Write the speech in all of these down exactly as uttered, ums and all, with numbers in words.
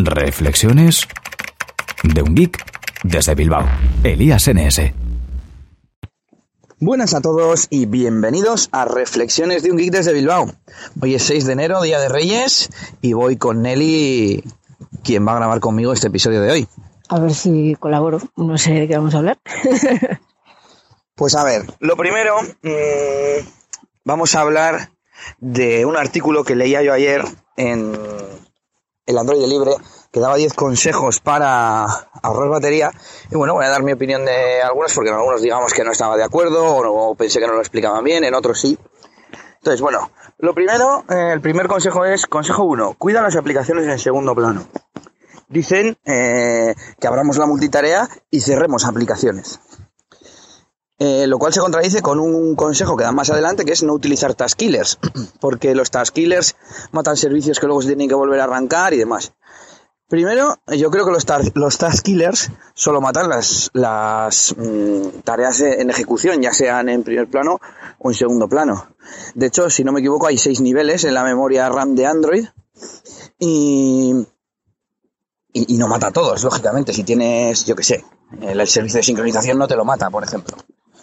Reflexiones de un geek desde Bilbao. Elías N S. Buenas a todos y bienvenidos a Reflexiones de un geek desde Bilbao. Hoy es seis de enero, Día de Reyes, y voy con Nelly, quien va a grabar conmigo este episodio de hoy. A ver si colaboro, no sé de qué vamos a hablar. Pues a ver, lo primero, mmm, vamos a hablar de un artículo que leía yo ayer en el Android Libre, que daba diez consejos para ahorrar batería. Y bueno, voy a dar mi opinión de algunos, porque en algunos digamos que no estaba de acuerdo, o, o pensé que no lo explicaban bien, en otros sí. Entonces, bueno, lo primero, eh, el primer consejo es, consejo uno, cuida las aplicaciones en segundo plano. Dicen eh, que abramos la multitarea y cerremos aplicaciones. Eh, lo cual se contradice con un consejo que dan más adelante, que es no utilizar task killers, porque los task killers matan servicios que luego se tienen que volver a arrancar y demás. Primero, yo creo que los, tar- los task killers solo matan las, las mmm, tareas en ejecución, ya sean en primer plano o en segundo plano. De hecho, si no me equivoco, hay seis niveles en la memoria RAM de Android y, y, y no mata a todos, lógicamente. Si tienes, yo qué sé, el, el servicio de sincronización no te lo mata, por ejemplo.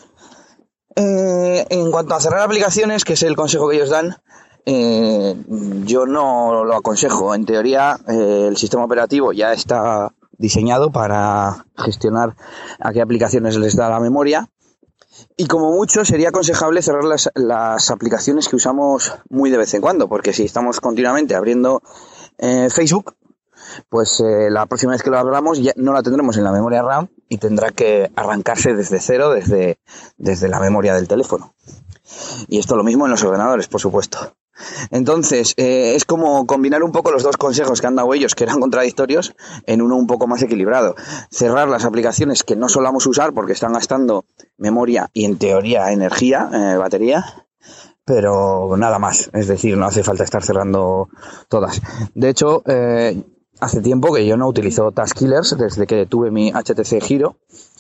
Eh, en cuanto a cerrar aplicaciones, que es el consejo que ellos dan, eh, yo no lo aconsejo. En teoría, eh, el sistema operativo ya está diseñado para gestionar a qué aplicaciones les da la memoria, y como mucho sería aconsejable cerrar las, las aplicaciones que usamos muy de vez en cuando, porque si estamos continuamente abriendo eh, Facebook, pues eh, la próxima vez que lo abramos ya no la tendremos en la memoria RAM y tendrá que arrancarse desde cero, desde, desde la memoria del teléfono. Y esto lo mismo en los ordenadores, por supuesto. Entonces, eh, es como combinar un poco los dos consejos que han dado ellos, que eran contradictorios, en uno un poco más equilibrado. Cerrar las aplicaciones que no solamos usar porque están gastando memoria y, en teoría, energía, eh, batería, pero nada más. Es decir, no hace falta estar cerrando todas. De hecho, eh, hace tiempo que yo no utilizo task killers desde que tuve mi H T C Giro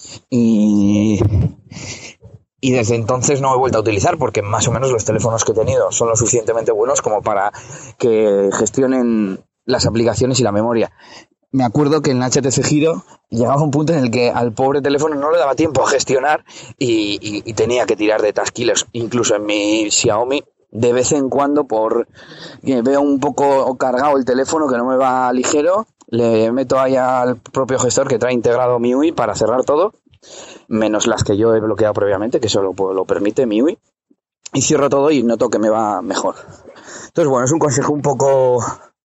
y, y desde entonces no he vuelto a utilizar, porque más o menos los teléfonos que he tenido son lo suficientemente buenos como para que gestionen las aplicaciones y la memoria. Me acuerdo que en el H T C Giro llegaba un punto en el que al pobre teléfono no le daba tiempo a gestionar y, y, y tenía que tirar de task killers. Incluso en mi Xiaomi, de vez en cuando, por que veo un poco cargado el teléfono, que no me va ligero, le meto ahí al propio gestor que trae integrado M I U I para cerrar todo, menos las que yo he bloqueado previamente, que solo lo permite M I U I, y cierro todo y noto que me va mejor. Entonces, bueno, es un consejo un poco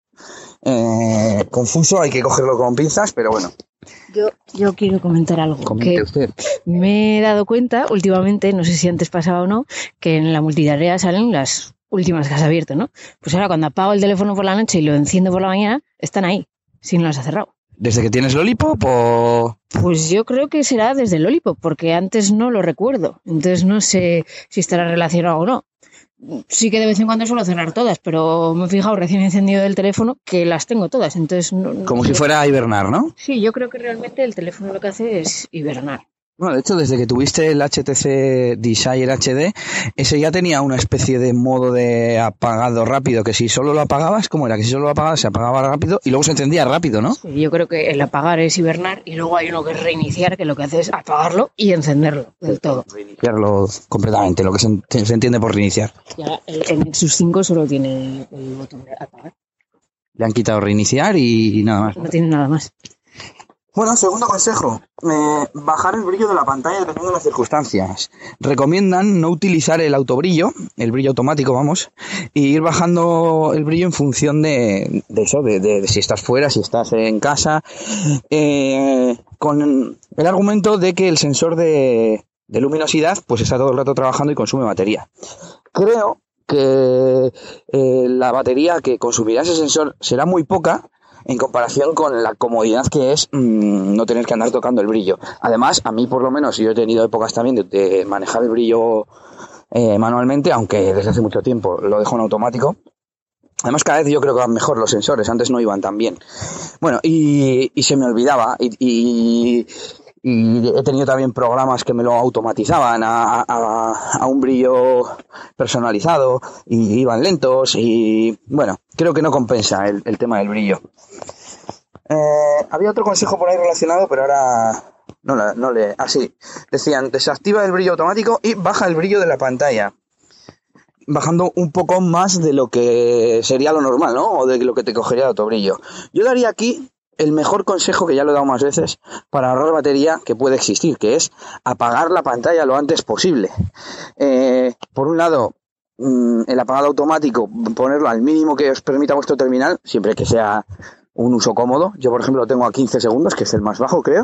eh, confuso, hay que cogerlo con pinzas, pero bueno. Yo, yo quiero comentar algo. Comente que usted. Me he dado cuenta últimamente, no sé si antes pasaba o no, que en la multitarea salen las últimas que has abierto, ¿no? Pues ahora cuando apago el teléfono por la noche y lo enciendo por la mañana, están ahí, si no las has cerrado. ¿Desde que tienes Lollipop o...? Pues yo creo que será desde el Lollipop, porque antes no lo recuerdo. Entonces no sé si estará relacionado o no. Sí que de vez en cuando suelo cerrar todas, pero me he fijado recién encendido del teléfono que las tengo todas. Entonces no, no Como sé. si fuera a hibernar, ¿no? Sí, yo creo que realmente el teléfono lo que hace es hibernar. Bueno, de hecho, desde que tuviste el H T C Desire H D, ese ya tenía una especie de modo de apagado rápido, que si solo lo apagabas, ¿cómo era? Que si solo lo apagabas, se apagaba rápido y luego se encendía rápido, ¿no? Sí, yo creo que el apagar es hibernar y luego hay uno que es reiniciar, que lo que hace es apagarlo y encenderlo del todo. Reiniciarlo completamente, lo que se, se entiende por reiniciar. Ya el, el Nexus cinco solo tiene el botón de apagar. Le han quitado reiniciar y, y nada más. No tiene nada más. Bueno, segundo consejo, eh, bajar el brillo de la pantalla dependiendo de las circunstancias. Recomiendan no utilizar el autobrillo, el brillo automático, vamos, y ir bajando el brillo en función de, de eso, de, de, de si estás fuera, si estás en casa, eh, con el argumento de que el sensor de, de luminosidad pues está todo el rato trabajando y consume batería. Creo que eh, la batería que consumirá ese sensor será muy poca en comparación con la comodidad que es mmm, no tener que andar tocando el brillo. Además, a mí por lo menos, yo he tenido épocas también de, de manejar el brillo eh, manualmente, aunque desde hace mucho tiempo lo dejo en automático. Además, cada vez yo creo que van mejor los sensores, antes no iban tan bien. Bueno, y, y se me olvidaba, y, y, y he tenido también programas que me lo automatizaban a, a, a un brillo personalizado y iban lentos y bueno, creo que no compensa el, el tema del brillo. Eh, había otro consejo por ahí relacionado, pero ahora no, la, no le... Ah, sí. Decían, desactiva el brillo automático y baja el brillo de la pantalla. Bajando un poco más de lo que sería lo normal, ¿no? O de lo que te cogería de autobrillo. Yo daría aquí el mejor consejo, que ya lo he dado más veces, para ahorrar batería que puede existir, que es apagar la pantalla lo antes posible. Eh, por un lado, el apagado automático, ponerlo al mínimo que os permita vuestro terminal, siempre que sea un uso cómodo. Yo, por ejemplo, lo tengo a quince segundos, que es el más bajo, creo.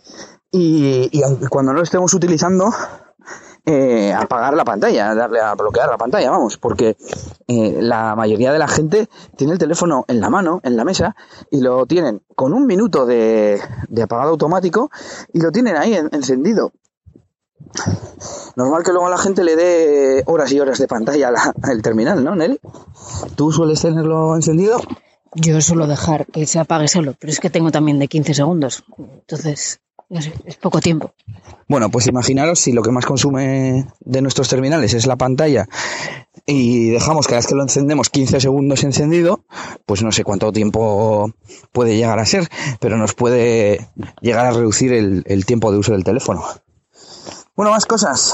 Y, y cuando no lo estemos utilizando, eh, apagar la pantalla, darle a bloquear la pantalla, vamos, porque eh, la mayoría de la gente tiene el teléfono en la mano, en la mesa, y lo tienen con un minuto de, de apagado automático y lo tienen ahí en, encendido. Normal que luego a la gente le dé horas y horas de pantalla al terminal, ¿no, Nelly? ¿Tú sueles tenerlo encendido? Yo suelo dejar que se apague solo, pero es que tengo también de quince segundos, entonces, no sé, es poco tiempo. Bueno, pues imaginaros si lo que más consume de nuestros terminales es la pantalla y dejamos cada vez que lo encendemos quince segundos encendido, pues no sé cuánto tiempo puede llegar a ser, pero nos puede llegar a reducir el, el tiempo de uso del teléfono. Bueno, más cosas.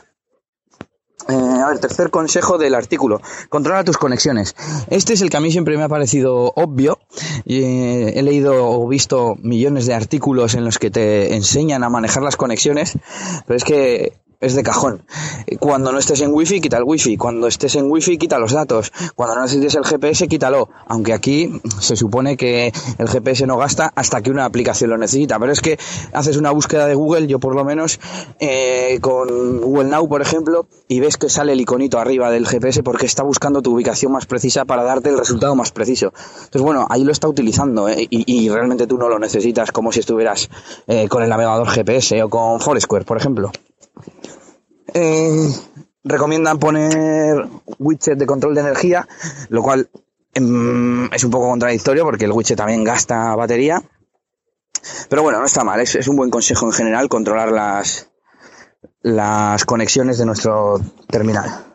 Eh, a ver, tercer consejo del artículo. Controla tus conexiones. Este es el que a mí siempre me ha parecido obvio. Eh, he leído o visto millones de artículos en los que te enseñan a manejar las conexiones, pero es que es de cajón. Cuando no estés en wifi, quita el wifi. Cuando estés en wifi, quita los datos. Cuando no necesites el G P S, quítalo. Aunque aquí se supone que el G P S no gasta hasta que una aplicación lo necesita. Pero es que haces una búsqueda de Google, yo por lo menos, eh, con Google Now, por ejemplo, y ves que sale el iconito arriba del G P S porque está buscando tu ubicación más precisa para darte el resultado más preciso. Entonces, bueno, ahí lo está utilizando, ¿eh? y, y realmente tú no lo necesitas como si estuvieras eh, con el navegador G P S o con Foursquare, por ejemplo. Eh, recomiendan poner widget de control de energía, lo cual eh, es un poco contradictorio porque el widget también gasta batería, pero bueno, no está mal, es, es un buen consejo en general controlar las, las conexiones de nuestro terminal.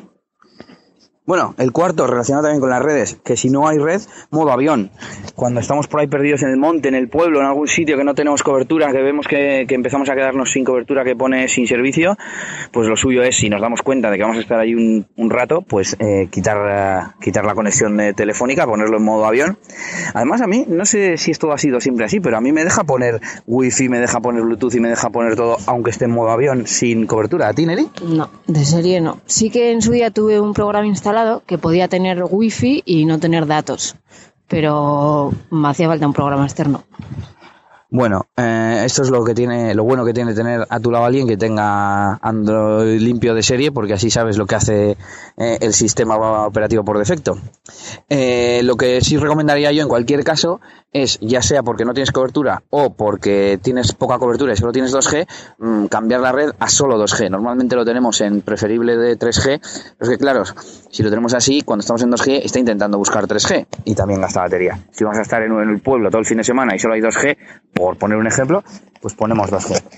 Bueno, el cuarto, relacionado también con las redes, que si no hay red, modo avión. Cuando estamos por ahí perdidos en el monte, en el pueblo, en algún sitio que no tenemos cobertura, que vemos que, que empezamos a quedarnos sin cobertura, que pone sin servicio, pues lo suyo es, si nos damos cuenta de que vamos a estar ahí un, un rato, pues eh, quitar, uh, quitar la conexión eh, telefónica, ponerlo en modo avión. Además, a mí, no sé si esto ha sido siempre así, pero a mí me deja poner wifi, me deja poner Bluetooth y me deja poner todo, aunque esté en modo avión, sin cobertura. ¿A ti, Nelly? No, de serie no. Sí que en su día tuve un programa instalado que podía tener wifi y no tener datos, pero me hacía falta un programa externo. Bueno, eh, esto es lo que tiene, lo bueno que tiene tener a tu lado alguien que tenga Android limpio de serie, porque así sabes lo que hace eh, el sistema operativo por defecto. Eh, lo que sí recomendaría yo en cualquier caso es, ya sea porque no tienes cobertura o porque tienes poca cobertura y solo tienes dos G, mmm, cambiar la red a solo dos G. Normalmente lo tenemos en preferible de tres G, pero es que claro, si lo tenemos así, cuando estamos en dos G está intentando buscar tres G y también gasta batería. Si vamos a estar en el pueblo todo el fin de semana y solo hay dos G, por poner un ejemplo, pues ponemos dos G.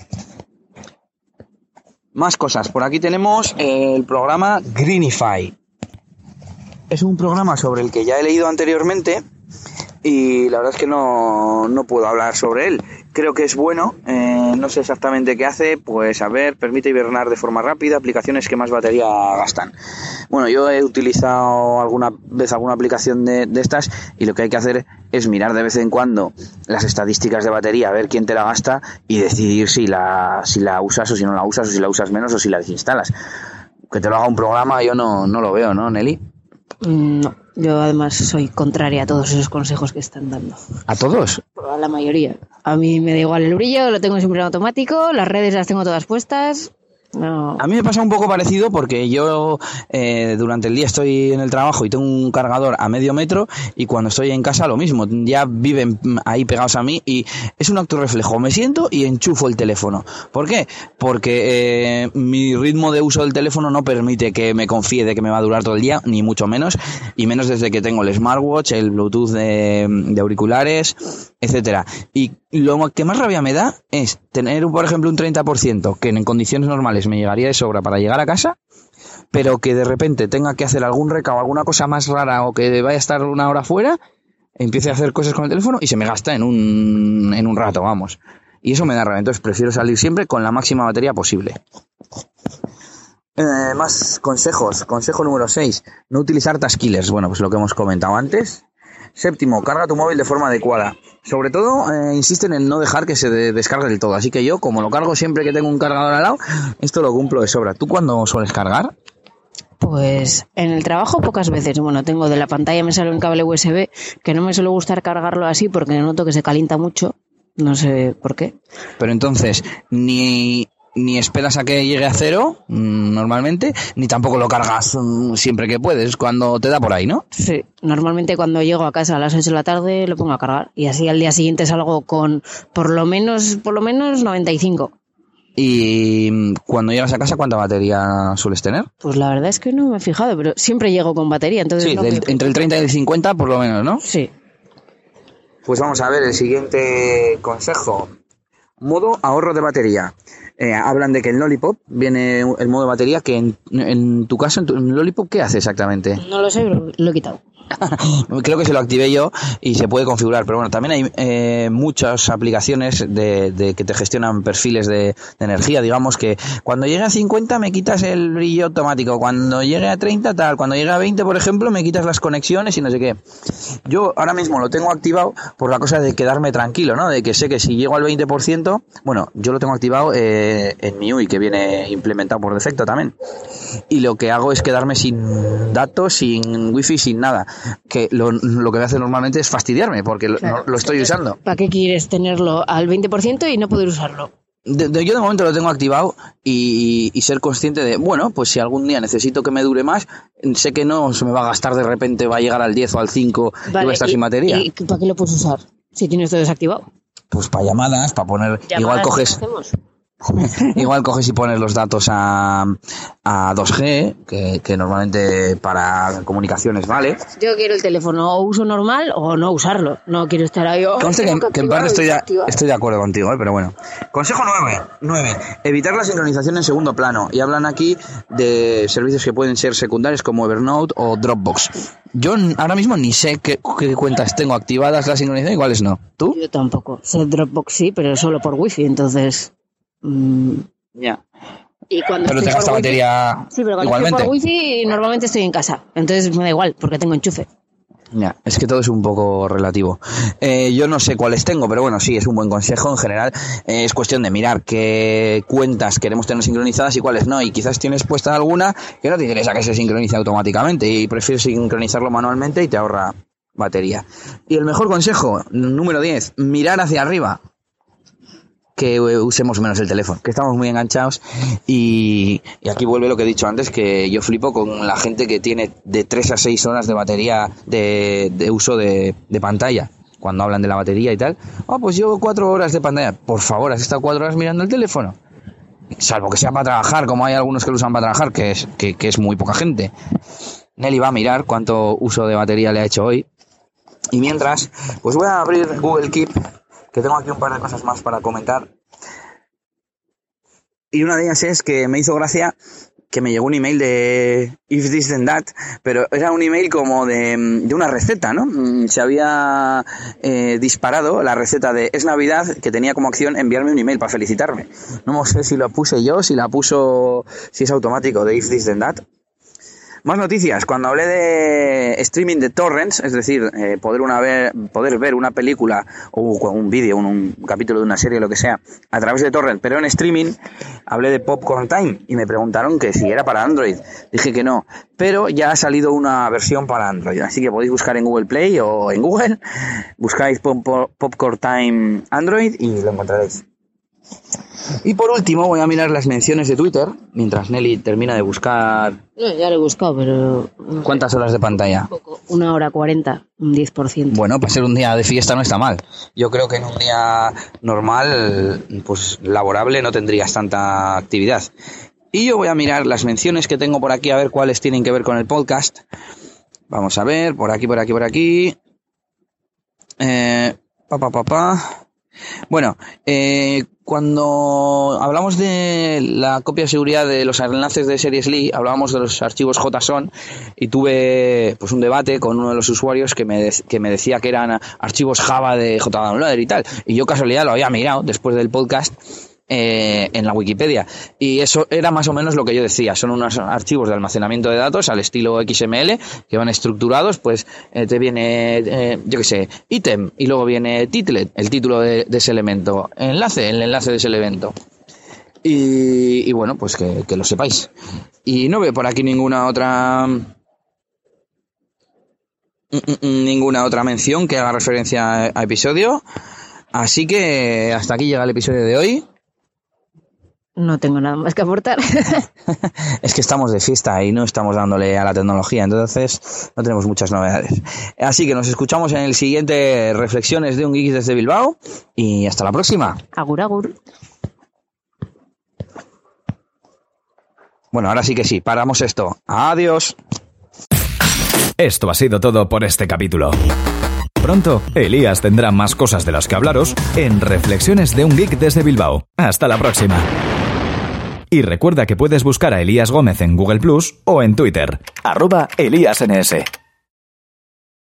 Más cosas. Por aquí tenemos el programa Greenify. Es un programa sobre el que ya he leído anteriormente y la verdad es que no, no puedo hablar sobre él. Creo que es bueno, eh, no sé exactamente qué hace, pues a ver, permite hibernar de forma rápida, aplicaciones que más batería gastan. Bueno, yo he utilizado alguna vez alguna aplicación de, de estas y lo que hay que hacer es mirar de vez en cuando las estadísticas de batería, a ver quién te la gasta y decidir si la, si la usas o si no la usas, o si la usas menos o si la desinstalas. Que te lo haga un programa yo no, no lo veo, ¿no, Nelly? No, yo además soy contraria a todos esos consejos que están dando. ¿A todos? A la mayoría. A mí me da igual el brillo, lo tengo siempre en automático, las redes las tengo todas puestas. No. A mí me pasa un poco parecido porque yo eh, durante el día estoy en el trabajo y tengo un cargador a medio metro y cuando estoy en casa lo mismo, ya viven ahí pegados a mí y es un acto reflejo, me siento y enchufo el teléfono. ¿Por qué? Porque eh, mi ritmo de uso del teléfono no permite que me confíe de que me va a durar todo el día, ni mucho menos, y menos desde que tengo el smartwatch, el Bluetooth de, de auriculares, etcétera. Y lo que más rabia me da es tener, por ejemplo, un treinta por ciento que en condiciones normales me llegaría de sobra para llegar a casa, pero que de repente tenga que hacer algún recado, alguna cosa más rara o que vaya a estar una hora fuera empiece a hacer cosas con el teléfono y se me gasta en un, en un rato, vamos. Y eso me da rabia, entonces prefiero salir siempre con la máxima batería posible. Eh, más consejos. Consejo número seis. No utilizar taskillers. Bueno, pues lo que hemos comentado antes. Séptimo, carga tu móvil de forma adecuada. Sobre todo, eh, insisten en no dejar que se de- descargue del todo. Así que yo, como lo cargo siempre que tengo un cargador al lado, esto lo cumplo de sobra. ¿Tú cuándo sueles cargar? Pues en el trabajo pocas veces. Bueno, tengo de la pantalla me sale un cable U S B, que no me suele gustar cargarlo así porque noto que se calienta mucho. No sé por qué. Pero entonces, ni... ni esperas a que llegue a cero, mmm, normalmente, ni tampoco lo cargas mmm, siempre que puedes, cuando te da por ahí, ¿no? Sí, normalmente cuando llego a casa a las ocho de la tarde lo pongo a cargar y así al día siguiente salgo con por lo menos por lo menos noventa y cinco. Y cuando llegas a casa, ¿cuánta batería sueles tener? Pues la verdad es que no me he fijado, pero siempre llego con batería, entonces Sí, no del- me- entre el treinta y el cincuenta por lo menos, ¿no? Sí. Pues vamos a ver el siguiente consejo. Modo ahorro de batería. Eh, hablan de que en Lollipop viene el modo de batería que en, en tu caso, en, tu, en Lollipop, ¿qué hace exactamente? No lo sé, pero lo he quitado. Creo que se lo activé yo y se puede configurar, pero bueno, también hay eh, muchas aplicaciones de, de que te gestionan perfiles de, de energía, digamos que cuando llegue a cincuenta me quitas el brillo automático, cuando llegue a treinta tal, cuando llegue a veinte por ejemplo me quitas las conexiones y no sé qué. Yo ahora mismo lo tengo activado por la cosa de quedarme tranquilo, ¿no? De que sé que si llego al veinte por ciento, bueno, yo lo tengo activado eh, en M I U I, que viene implementado por defecto también, y lo que hago es quedarme sin datos, sin wifi, sin nada, que lo, lo que me hace normalmente es fastidiarme porque lo, Claro. no, lo estoy usando. ¿Para qué quieres tenerlo al veinte por ciento y no poder usarlo? De, de- yo de momento lo tengo activado y, y ser consciente de, bueno, pues si algún día necesito que me dure más, sé que no se me va a gastar de repente, va a llegar al diez o al cinco y voy a estar sin batería. ¿Y para qué lo puedes usar si tienes todo desactivado? Pues para llamadas, para poner, igual ¿Llamadas coges... qué hacemos? Igual coges y pones los datos a, a dos G, que, que normalmente para comunicaciones vale. Yo quiero el teléfono o uso normal o no usarlo. No quiero estar ahí. oh, Conste que, tengo que en parte activarlo y estoy de, desactivar. estoy de acuerdo contigo, ¿eh? Pero bueno. Consejo nueve. nueve. Evitar la sincronización en segundo plano. Y hablan aquí de servicios que pueden ser secundarios como Evernote o Dropbox. Yo n- ahora mismo ni sé qué, qué cuentas tengo activadas la sincronización y cuáles no. ¿Tú? Yo tampoco. Sé Dropbox sí, pero solo por wifi, entonces... mm, Ya. y cuando Pero te estoy por gasta wifi- batería Sí, pero cuando igualmente. estoy por wifi normalmente estoy en casa. Entonces me da igual, porque tengo enchufe. Ya, es que todo es un poco relativo. Eh, yo no sé cuáles tengo, pero bueno, sí, es un buen consejo en general. Eh, es cuestión de mirar qué cuentas queremos tener sincronizadas y cuáles no. Y quizás tienes puesta alguna que no te interesa que se sincronice automáticamente y prefieres sincronizarlo manualmente y te ahorra batería. Y el mejor consejo, número diez, mirar hacia arriba. Que eh, usemos menos el teléfono, que estamos muy enganchados y, y aquí vuelve lo que he dicho antes, que yo flipo con la gente que tiene de tres a seis horas de batería de, de uso de, de pantalla, cuando hablan de la batería y tal. Ah, pues llevo cuatro horas de pantalla. Por favor, ¿has estado cuatro horas mirando el teléfono? Salvo que sea para trabajar, como hay algunos que lo usan para trabajar, que es, que, que es muy poca gente. Nelly va a mirar cuánto uso de batería le ha hecho hoy. Y mientras, pues voy a abrir Google Keep, que tengo aquí un par de cosas más para comentar. Y una de ellas es que me hizo gracia que me llegó un email de If This Then That, pero era un email como de, de una receta, ¿no? Se había eh, disparado la receta de Es Navidad, que tenía como acción enviarme un email para felicitarme. No sé si lo puse yo, si la puso, si es automático de If This Then That. Más noticias. Cuando hablé de streaming de torrents, es decir, eh, poder, una ver, poder ver una película o un vídeo, un, un capítulo de una serie, lo que sea, a través de torrent, pero en streaming, hablé de Popcorn Time y me preguntaron que si era para Android. Dije que no, pero ya ha salido una versión para Android, así que podéis buscar en Google Play o en Google, buscáis Pop, Pop, Popcorn Time Android y lo encontraréis. Y por último voy a mirar las menciones de Twitter mientras Nelly termina de buscar. No, ya lo he buscado, pero... no ¿Cuántas sé, horas de pantalla? poco. Una hora cuarenta, un diez por ciento. Bueno, para ser un día de fiesta no está mal. Yo creo que en un día normal, pues laborable, no tendrías tanta actividad. Y yo voy a mirar las menciones que tengo por aquí a ver cuáles tienen que ver con el podcast. Vamos a ver, por aquí, por aquí, por aquí. Eh, pa, pa, pa, pa. Bueno, eh, cuando hablamos de la copia de seguridad de los enlaces de Series Lee, hablábamos de los archivos J S O N y tuve pues un debate con uno de los usuarios que me, de, que me decía que eran archivos Java de JDownloader y tal. Y yo casualidad lo había mirado después del podcast eh, en la Wikipedia. Y eso era más o menos lo que yo decía. Son unos archivos de almacenamiento de datos al estilo X M L que van estructurados. Pues eh, te viene, eh, yo qué sé, ítem y luego viene titlet, el título de, de ese elemento. Enlace, el enlace de ese elemento. Y, y bueno, pues que, que lo sepáis. Y no veo por aquí ninguna otra... ninguna otra mención que haga referencia a episodio. Así que hasta aquí llega el episodio de hoy. No tengo nada más que aportar. Es que estamos de fiesta y no estamos dándole a la tecnología, entonces no tenemos muchas novedades. Así que nos escuchamos en el siguiente Reflexiones de un Geek desde Bilbao y hasta la próxima. Agur, agur. Bueno, ahora sí que sí, paramos esto. Adiós. Esto ha sido todo por este capítulo. Pronto, Elías tendrá más cosas de las que hablaros en Reflexiones de un Geek desde Bilbao. Hasta la próxima. Y recuerda que puedes buscar a Elías Gómez en Google Plus o en Twitter, arroba ElíasNS.